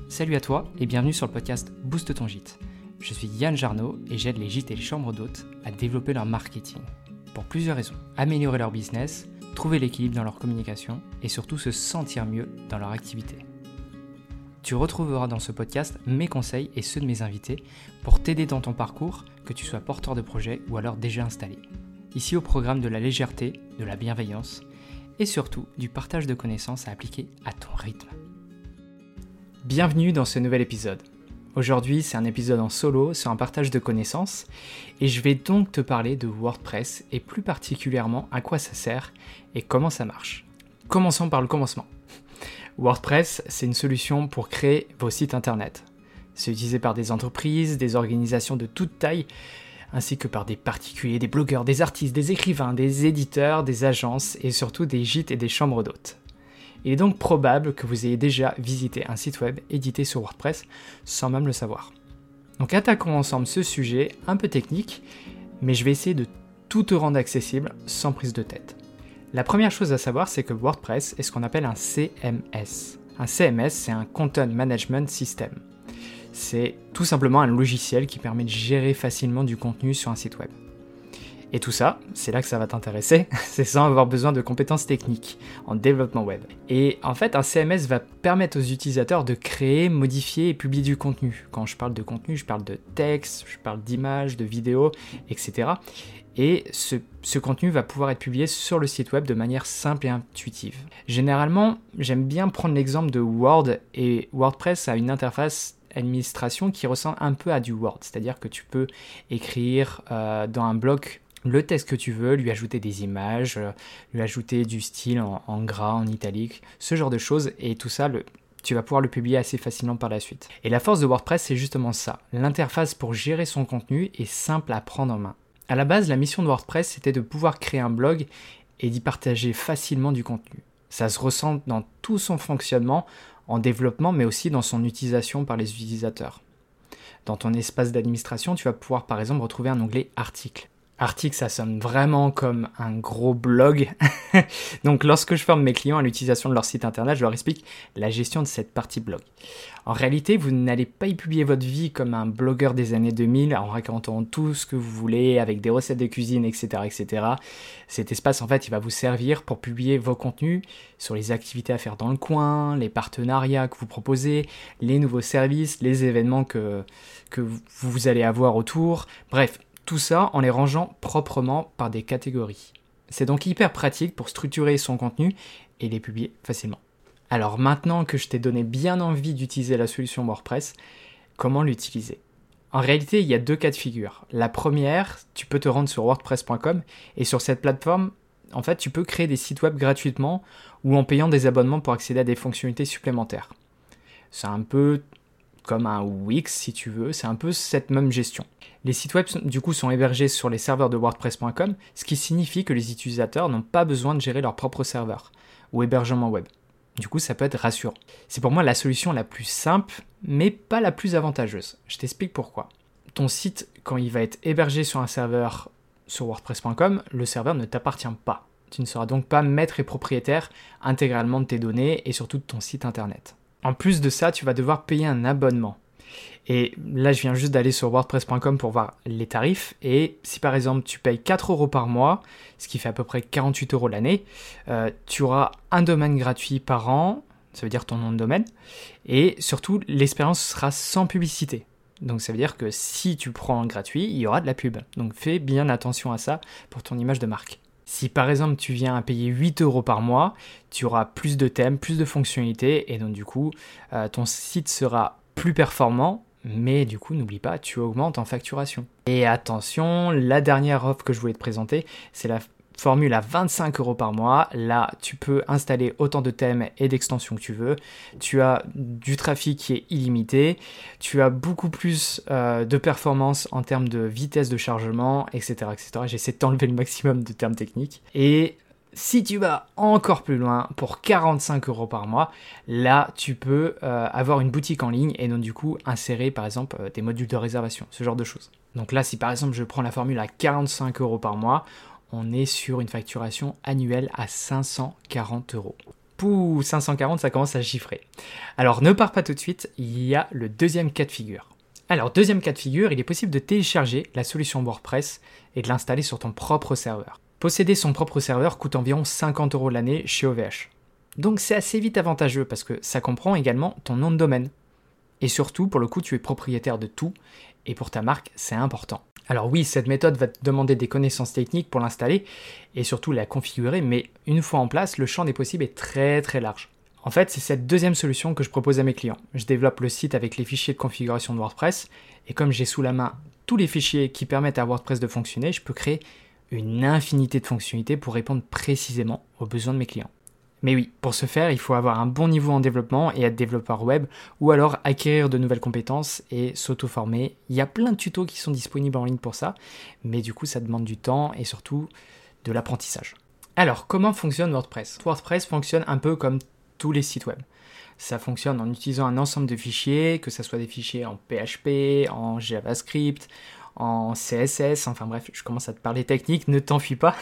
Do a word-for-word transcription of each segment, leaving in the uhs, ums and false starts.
Salut à toi et bienvenue sur le podcast Booste ton gîte. Je suis Yann Jarno et j'aide les gîtes et les chambres d'hôtes à développer leur marketing. Pour plusieurs raisons. Améliorer leur business, trouver l'équilibre dans leur communication et surtout se sentir mieux dans leur activité. Tu retrouveras dans ce podcast mes conseils et ceux de mes invités pour t'aider dans ton parcours, que tu sois porteur de projet ou alors déjà installé. Ici au programme de la légèreté, de la bienveillance et surtout du partage de connaissances à appliquer à ton rythme. Bienvenue dans ce nouvel épisode. Aujourd'hui, c'est un épisode en solo sur un partage de connaissances et je vais donc te parler de WordPress et plus particulièrement à quoi ça sert et comment ça marche. Commençons par le commencement. WordPress, c'est une solution pour créer vos sites internet. C'est utilisé par des entreprises, des organisations de toute taille, ainsi que par des particuliers, des blogueurs, des artistes, des écrivains, des éditeurs, des agences et surtout des gîtes et des chambres d'hôtes. Il est donc probable que vous ayez déjà visité un site web édité sur WordPress sans même le savoir. Donc attaquons ensemble ce sujet un peu technique, mais je vais essayer de tout te rendre accessible sans prise de tête. La première chose à savoir, c'est que WordPress est ce qu'on appelle un C M S. Un C M S, c'est un Content Management System. C'est tout simplement un logiciel qui permet de gérer facilement du contenu sur un site web. Et tout ça, c'est là que ça va t'intéresser, c'est sans avoir besoin de compétences techniques en développement web. Et en fait, un C M S va permettre aux utilisateurs de créer, modifier et publier du contenu. Quand je parle de contenu, je parle de texte, je parle d'images, de vidéos, et cetera. Et ce, ce contenu va pouvoir être publié sur le site web de manière simple et intuitive. Généralement, j'aime bien prendre l'exemple de Word, et WordPress a une interface administration qui ressemble un peu à du Word, c'est-à-dire que tu peux écrire euh, dans un bloc le texte que tu veux, lui ajouter des images, euh, lui ajouter du style en, en gras, en italique, ce genre de choses, et tout ça, le, tu vas pouvoir le publier assez facilement par la suite. Et la force de WordPress, c'est justement ça. L'interface pour gérer son contenu est simple à prendre en main. À la base, la mission de WordPress, c'était de pouvoir créer un blog et d'y partager facilement du contenu. Ça se ressent dans tout son fonctionnement, en développement, mais aussi dans son utilisation par les utilisateurs. Dans ton espace d'administration, tu vas pouvoir par exemple retrouver un onglet articles. Article, ça sonne vraiment comme un gros blog. Donc lorsque je forme mes clients à l'utilisation de leur site internet, je leur explique la gestion de cette partie blog. En réalité, vous n'allez pas y publier votre vie comme un blogueur des années deux mille en racontant tout ce que vous voulez avec des recettes de cuisine, et cetera, et cetera. Cet espace, en fait, il va vous servir pour publier vos contenus sur les activités à faire dans le coin, les partenariats que vous proposez, les nouveaux services, les événements que, que vous allez avoir autour. Bref, tout ça en les rangeant proprement par des catégories. C'est donc hyper pratique pour structurer son contenu et les publier facilement. Alors maintenant que je t'ai donné bien envie d'utiliser la solution WordPress, comment l'utiliser ? En réalité, il y a deux cas de figure. La première, tu peux te rendre sur wordpress point com et sur cette plateforme, en fait, tu peux créer des sites web gratuitement ou en payant des abonnements pour accéder à des fonctionnalités supplémentaires. C'est un peu comme un Wix si tu veux, c'est un peu cette même gestion. Les sites web du coup sont hébergés sur les serveurs de wordpress point com, ce qui signifie que les utilisateurs n'ont pas besoin de gérer leur propre serveur ou hébergement web. Du coup, ça peut être rassurant. C'est pour moi la solution la plus simple, mais pas la plus avantageuse. Je t'explique pourquoi. Ton site, quand il va être hébergé sur un serveur sur wordpress point com, le serveur ne t'appartient pas. Tu ne seras donc pas maître et propriétaire intégralement de tes données et surtout de ton site internet. En plus de ça, tu vas devoir payer un abonnement. Et là, je viens juste d'aller sur wordpress point com pour voir les tarifs. Et si par exemple, tu payes quatre euros par mois, ce qui fait à peu près quarante-huit euros l'année, euh, tu auras un domaine gratuit par an, ça veut dire ton nom de domaine. Et surtout, l'expérience sera sans publicité. Donc ça veut dire que si tu prends un gratuit, il y aura de la pub. Donc fais bien attention à ça pour ton image de marque. Si par exemple tu viens à payer huit euros par mois, tu auras plus de thèmes, plus de fonctionnalités et donc du coup euh, ton site sera plus performant, mais du coup n'oublie pas, tu augmentes en facturation. Et attention, la dernière offre que je voulais te présenter, c'est la formule à vingt-cinq euros par mois. Là, tu peux installer autant de thèmes et d'extensions que tu veux. Tu as du trafic qui est illimité. Tu as beaucoup plus euh, de performance en termes de vitesse de chargement, et cetera, et cetera. J'essaie de t'enlever le maximum de termes techniques. Et si tu vas encore plus loin, pour quarante-cinq euros par mois, là, tu peux euh, avoir une boutique en ligne et donc du coup insérer par exemple euh, des modules de réservation, ce genre de choses. Donc là, si par exemple je prends la formule à quarante-cinq euros par mois, on est sur une facturation annuelle à cinq cent quarante euros. Pouh, cinq cent quarante, ça commence à chiffrer. Alors ne pars pas tout de suite, il y a le deuxième cas de figure. Alors deuxième cas de figure, il est possible de télécharger la solution WordPress et de l'installer sur ton propre serveur. Posséder son propre serveur coûte environ cinquante euros l'année chez O V H. Donc c'est assez vite avantageux parce que ça comprend également ton nom de domaine. Et surtout, pour le coup, tu es propriétaire de tout et pour ta marque, c'est important. Alors oui, cette méthode va te demander des connaissances techniques pour l'installer et surtout la configurer, mais une fois en place, le champ des possibles est très très large. En fait, c'est cette deuxième solution que je propose à mes clients. Je développe le site avec les fichiers de configuration de WordPress et comme j'ai sous la main tous les fichiers qui permettent à WordPress de fonctionner, je peux créer une infinité de fonctionnalités pour répondre précisément aux besoins de mes clients. Mais oui, pour ce faire, il faut avoir un bon niveau en développement et être développeur web, ou alors acquérir de nouvelles compétences et s'auto-former. Il y a plein de tutos qui sont disponibles en ligne pour ça, mais du coup ça demande du temps et surtout de l'apprentissage. Alors, comment fonctionne WordPress ? WordPress fonctionne un peu comme tous les sites web. Ça fonctionne en utilisant un ensemble de fichiers, que ce soit des fichiers en P H P, en JavaScript, en C S S, enfin bref, je commence à te parler technique, ne t'enfuis pas.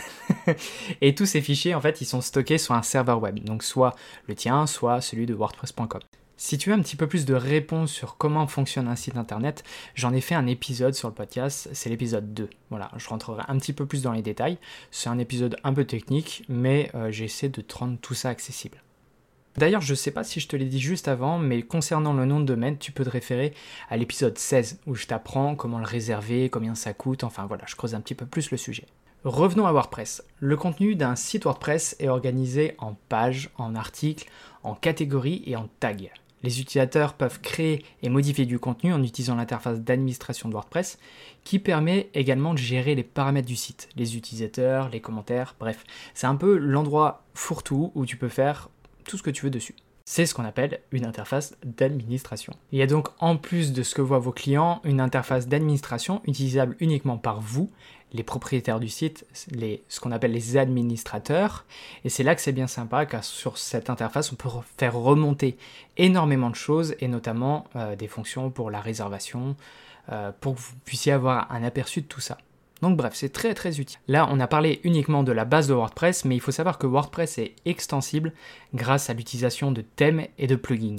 Et tous ces fichiers, en fait, ils sont stockés sur un serveur web, donc soit le tien, soit celui de wordpress point com. Si tu veux un petit peu plus de réponses sur comment fonctionne un site internet, j'en ai fait un épisode sur le podcast, c'est l'épisode deux. Voilà, je rentrerai un petit peu plus dans les détails. C'est un épisode un peu technique, mais euh, j'essaie de te rendre tout ça accessible. D'ailleurs, je ne sais pas si je te l'ai dit juste avant, mais concernant le nom de domaine, tu peux te référer à l'épisode seize, où je t'apprends comment le réserver, combien ça coûte, enfin voilà, je creuse un petit peu plus le sujet. Revenons à WordPress. Le contenu d'un site WordPress est organisé en pages, en articles, en catégories et en tags. Les utilisateurs peuvent créer et modifier du contenu en utilisant l'interface d'administration de WordPress, qui permet également de gérer les paramètres du site, les utilisateurs, les commentaires, bref. C'est un peu l'endroit fourre-tout où tu peux faire tout ce que tu veux dessus. C'est ce qu'on appelle une interface d'administration. Il y a donc, en plus de ce que voient vos clients, une interface d'administration utilisable uniquement par vous, les propriétaires du site, les, ce qu'on appelle les administrateurs. Et c'est là que c'est bien sympa, car sur cette interface, on peut faire remonter énormément de choses, et notamment euh, des fonctions pour la réservation, euh, pour que vous puissiez avoir un aperçu de tout ça. Donc bref, c'est très très utile. Là, on a parlé uniquement de la base de WordPress, mais il faut savoir que WordPress est extensible grâce à l'utilisation de thèmes et de plugins.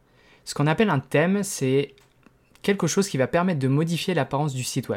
Ce qu'on appelle un thème, c'est quelque chose qui va permettre de modifier l'apparence du site web.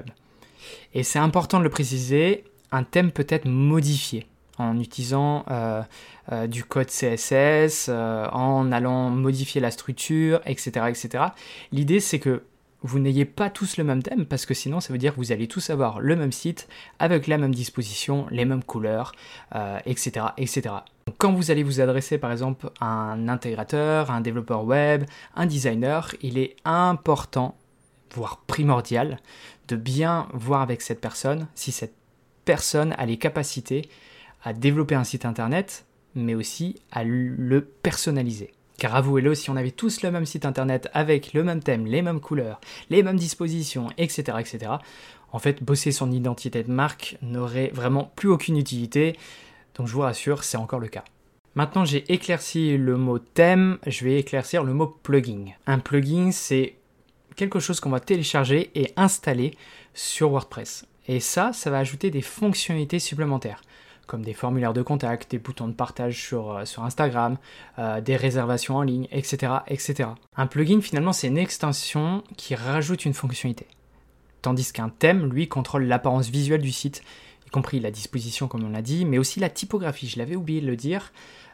Et c'est important de le préciser, un thème peut être modifié en utilisant euh, euh, du code C S S, euh, en allant modifier la structure, et cetera, et cetera. L'idée, c'est que vous n'ayez pas tous le même thème, parce que sinon ça veut dire que vous allez tous avoir le même site, avec la même disposition, les mêmes couleurs, euh, et cetera, et cetera. Donc, quand vous allez vous adresser par exemple à un intégrateur, à un développeur web, un designer, il est important, voire primordial, de bien voir avec cette personne si cette personne a les capacités à développer un site internet, mais aussi à le personnaliser. Car avouez-le, si on avait tous le même site internet avec le même thème, les mêmes couleurs, les mêmes dispositions, et cetera, et cetera, en fait, bosser son identité de marque n'aurait vraiment plus aucune utilité. Donc je vous rassure, c'est encore le cas. Maintenant, j'ai éclairci le mot thème, je vais éclaircir le mot plugin. Un plugin, c'est quelque chose qu'on va télécharger et installer sur WordPress. Et ça, ça va ajouter des fonctionnalités supplémentaires, comme des formulaires de contact, des boutons de partage sur, euh, sur Instagram, euh, des réservations en ligne, et cetera, et cetera. Un plugin, finalement, c'est une extension qui rajoute une fonctionnalité. Tandis qu'un thème, lui, contrôle l'apparence visuelle du site, y compris la disposition, comme on l'a dit, mais aussi la typographie, je l'avais oublié de le dire,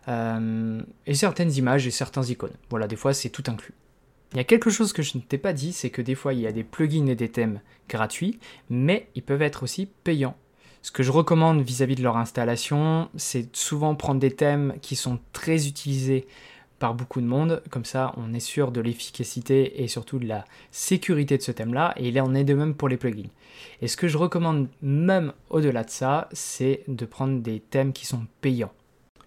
euh, et certaines images et certains icônes. Voilà, des fois, c'est tout inclus. Il y a quelque chose que je ne t'ai pas dit, c'est que des fois, il y a des plugins et des thèmes gratuits, mais ils peuvent être aussi payants. Ce que je recommande vis-à-vis de leur installation, c'est souvent prendre des thèmes qui sont très utilisés par beaucoup de monde. Comme ça, on est sûr de l'efficacité et surtout de la sécurité de ce thème-là. Et il en est de même pour les plugins. Et ce que je recommande même au-delà de ça, c'est de prendre des thèmes qui sont payants. Pourquoi ?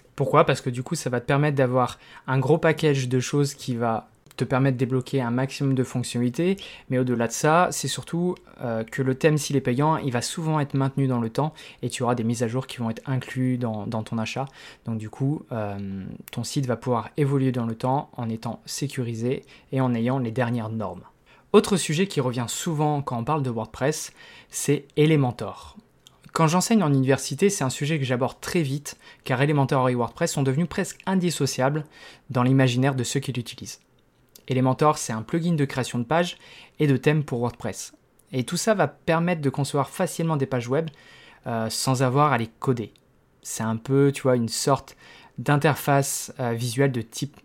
Parce que du coup, ça va te permettre d'avoir un gros package de choses qui va te permettre de débloquer un maximum de fonctionnalités, mais au-delà de ça, c'est surtout euh, que le thème, s'il est payant, il va souvent être maintenu dans le temps et tu auras des mises à jour qui vont être inclus dans, dans ton achat. Donc du coup, euh, ton site va pouvoir évoluer dans le temps en étant sécurisé et en ayant les dernières normes. Autre sujet qui revient souvent quand on parle de WordPress, c'est Elementor. Quand j'enseigne en université, c'est un sujet que j'aborde très vite, car Elementor et WordPress sont devenus presque indissociables dans l'imaginaire de ceux qui l'utilisent. Elementor, c'est un plugin de création de pages et de thèmes pour WordPress. Et tout ça va permettre de concevoir facilement des pages web euh, sans avoir à les coder. C'est un peu, tu vois, une sorte d'interface euh, visuelle de type,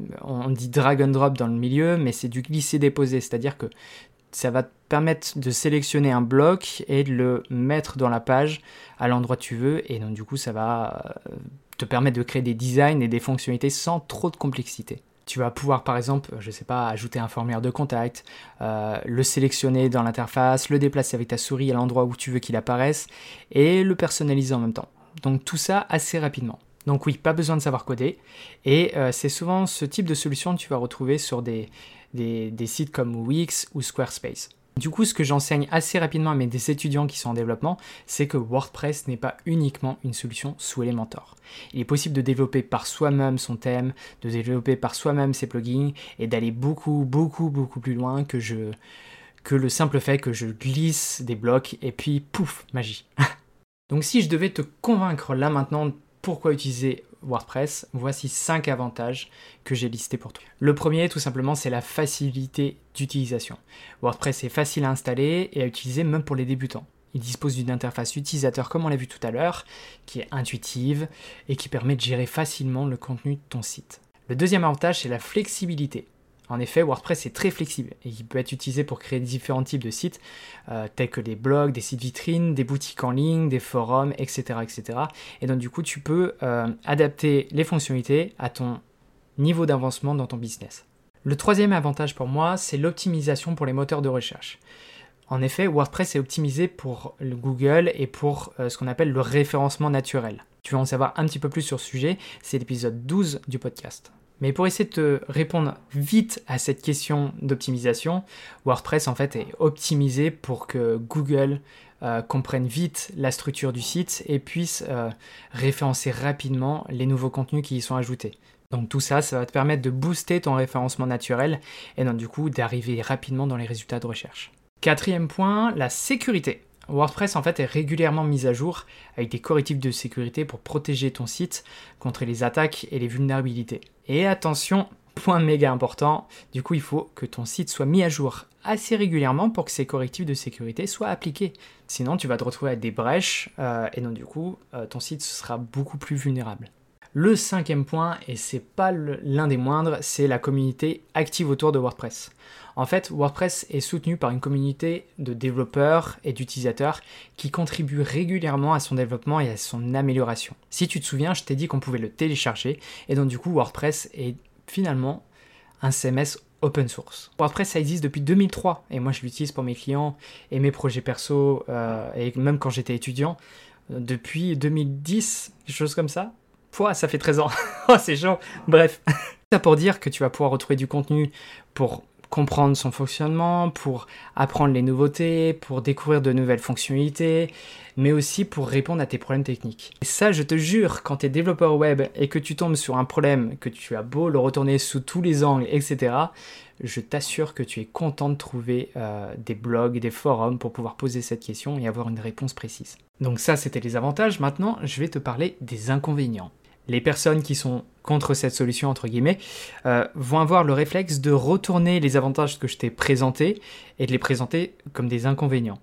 on dit drag and drop dans le milieu, mais c'est du glisser-déposer, c'est-à-dire que ça va te permettre de sélectionner un bloc et de le mettre dans la page à l'endroit que tu veux. Et donc du coup, ça va te permettre de créer des designs et des fonctionnalités sans trop de complexité. Tu vas pouvoir, par exemple, je sais pas, ajouter un formulaire de contact, euh, le sélectionner dans l'interface, le déplacer avec ta souris à l'endroit où tu veux qu'il apparaisse et le personnaliser en même temps. Donc tout ça assez rapidement. Donc oui, pas besoin de savoir coder. Et euh, c'est souvent ce type de solution que tu vas retrouver sur des... Des, des sites comme Wix ou Squarespace. Du coup, ce que j'enseigne assez rapidement à mes des étudiants qui sont en développement, c'est que WordPress n'est pas uniquement une solution sous Elementor. Il est possible de développer par soi-même son thème, de développer par soi-même ses plugins et d'aller beaucoup, beaucoup, beaucoup plus loin que, je, que le simple fait que je glisse des blocs et puis pouf, magie. Donc si je devais te convaincre là maintenant pourquoi utiliser WordPress, voici cinq avantages que j'ai listés pour toi. Le premier, tout simplement, c'est la facilité d'utilisation. WordPress est facile à installer et à utiliser même pour les débutants. Il dispose d'une interface utilisateur, comme on l'a vu tout à l'heure, qui est intuitive et qui permet de gérer facilement le contenu de ton site. Le deuxième avantage, c'est la flexibilité. En effet, WordPress est très flexible et il peut être utilisé pour créer différents types de sites, euh, tels que des blogs, des sites vitrines, des boutiques en ligne, des forums, et cetera, et cetera. Et donc du coup, tu peux euh, adapter les fonctionnalités à ton niveau d'avancement dans ton business. Le troisième avantage pour moi, c'est l'optimisation pour les moteurs de recherche. En effet, WordPress est optimisé pour le Google et pour euh, ce qu'on appelle le référencement naturel. Tu veux en savoir un petit peu plus sur ce sujet, c'est l'épisode douze du podcast. Mais pour essayer de te répondre vite à cette question d'optimisation, WordPress en fait est optimisé pour que Google euh, comprenne vite la structure du site et puisse euh, référencer rapidement les nouveaux contenus qui y sont ajoutés. Donc tout ça, ça va te permettre de booster ton référencement naturel et donc du coup d'arriver rapidement dans les résultats de recherche. Quatrième point, la sécurité. WordPress en fait est régulièrement mis à jour avec des correctifs de sécurité pour protéger ton site contre les attaques et les vulnérabilités. Et attention, point méga important, du coup il faut que ton site soit mis à jour assez régulièrement pour que ces correctifs de sécurité soient appliqués. Sinon tu vas te retrouver avec des brèches euh, et donc du coup euh, ton site sera beaucoup plus vulnérable. Le cinquième point, et c'est pas le, l'un des moindres, c'est la communauté active autour de WordPress. En fait, WordPress est soutenu par une communauté de développeurs et d'utilisateurs qui contribuent régulièrement à son développement et à son amélioration. Si tu te souviens, je t'ai dit qu'on pouvait le télécharger, et donc du coup, WordPress est finalement un C M S open source. WordPress, ça existe depuis deux mille trois, et moi je l'utilise pour mes clients et mes projets perso, euh, et même quand j'étais étudiant, euh, depuis deux mille dix, quelque chose comme ça. Pouah, ça fait treize ans. Oh, c'est chaud. Bref. Ça pour dire que tu vas pouvoir retrouver du contenu pour comprendre son fonctionnement, pour apprendre les nouveautés, pour découvrir de nouvelles fonctionnalités, mais aussi pour répondre à tes problèmes techniques. Et ça, je te jure, quand tu es développeur web et que tu tombes sur un problème, que tu as beau le retourner sous tous les angles, et cetera, je t'assure que tu es content de trouver euh, des blogs, des forums pour pouvoir poser cette question et avoir une réponse précise. Donc ça, c'était les avantages. Maintenant, je vais te parler des inconvénients. Les personnes qui sont contre cette solution, entre guillemets, euh, vont avoir le réflexe de retourner les avantages que je t'ai présentés et de les présenter comme des inconvénients.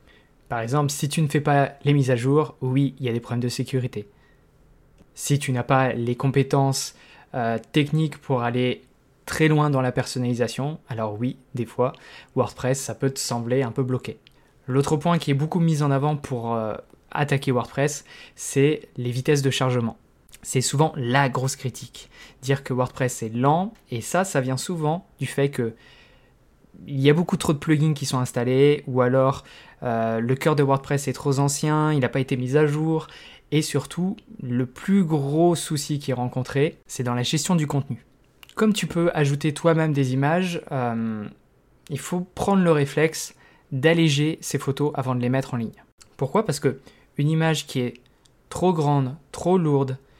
Par exemple, si tu ne fais pas les mises à jour, oui, il y a des problèmes de sécurité. Si tu n'as pas les compétences euh, techniques pour aller très loin dans la personnalisation, alors oui, des fois, WordPress, ça peut te sembler un peu bloqué. L'autre point qui est beaucoup mis en avant pour euh, attaquer WordPress, c'est les vitesses de chargement. C'est souvent la grosse critique. Dire que WordPress est lent, et ça, ça vient souvent du fait que il y a beaucoup trop de plugins qui sont installés, ou alors euh, le cœur de WordPress est trop ancien, il n'a pas été mis à jour, et surtout, le plus gros souci qui est rencontré, c'est dans la gestion du contenu. Comme tu peux ajouter toi-même des images, euh, il faut prendre le réflexe d'alléger ces photos avant de les mettre en ligne. Pourquoi ? Parce que une image qui est trop grande, trop lourde,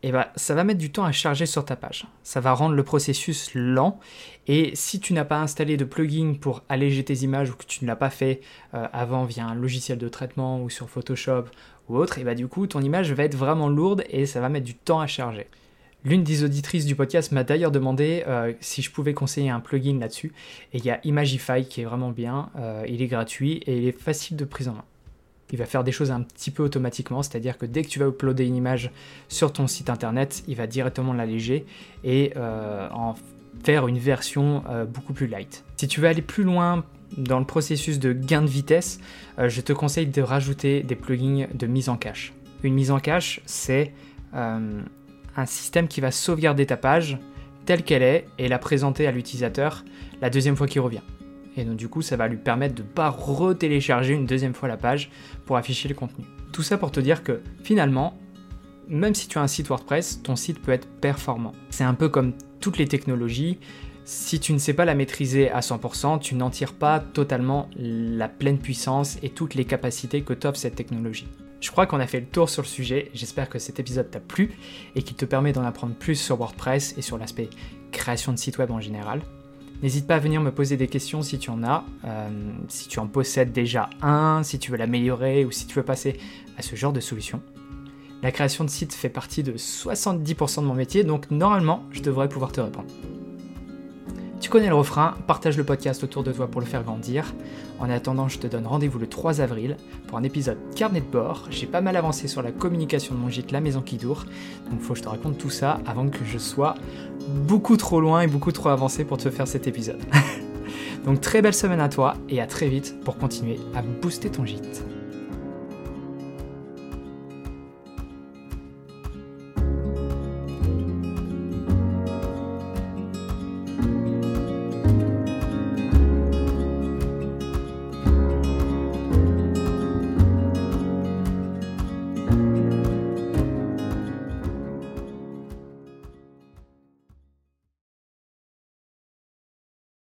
et bah, ça va mettre du temps à charger sur ta page. Ça va rendre le processus lent, et si tu n'as pas installé de plugin pour alléger tes images ou que tu ne l'as pas fait euh, avant via un logiciel de traitement ou sur Photoshop ou autre, et bah, du coup ton image va être vraiment lourde et ça va mettre du temps à charger. L'une des auditrices du podcast m'a d'ailleurs demandé euh, si je pouvais conseiller un plugin là-dessus, et il y a Imagify qui est vraiment bien, euh, il est gratuit et il est facile de prise en main. Il va faire des choses un petit peu automatiquement, c'est-à-dire que dès que tu vas uploader une image sur ton site internet, il va directement l'alléger et euh, en faire une version euh, beaucoup plus light. Si tu veux aller plus loin dans le processus de gain de vitesse, euh, je te conseille de rajouter des plugins de mise en cache. Une mise en cache, c'est euh, un système qui va sauvegarder ta page telle qu'elle est et la présenter à l'utilisateur la deuxième fois qu'il revient. Et donc du coup, ça va lui permettre de ne pas retélécharger une deuxième fois la page pour afficher le contenu. Tout ça pour te dire que finalement, même si tu as un site WordPress, ton site peut être performant. C'est un peu comme toutes les technologies, si tu ne sais pas la maîtriser à cent pour cent, tu n'en tires pas totalement la pleine puissance et toutes les capacités que t'offre cette technologie. Je crois qu'on a fait le tour sur le sujet, j'espère que cet épisode t'a plu et qu'il te permet d'en apprendre plus sur WordPress et sur l'aspect création de site web en général. N'hésite pas à venir me poser des questions si tu en as, euh, si tu en possèdes déjà un, si tu veux l'améliorer ou si tu veux passer à ce genre de solution. La création de sites fait partie de soixante-dix pour cent de mon métier, donc normalement, je devrais pouvoir te répondre. Tu connais le refrain, partage le podcast autour de toi pour le faire grandir. En attendant, je te donne rendez-vous le trois avril pour un épisode carnet de bord. J'ai pas mal avancé sur la communication de mon gîte La Maison qui Dour, donc il faut que je te raconte tout ça avant que je sois beaucoup trop loin et beaucoup trop avancé pour te faire cet épisode. Donc très belle semaine à toi et à très vite pour continuer à booster ton gîte.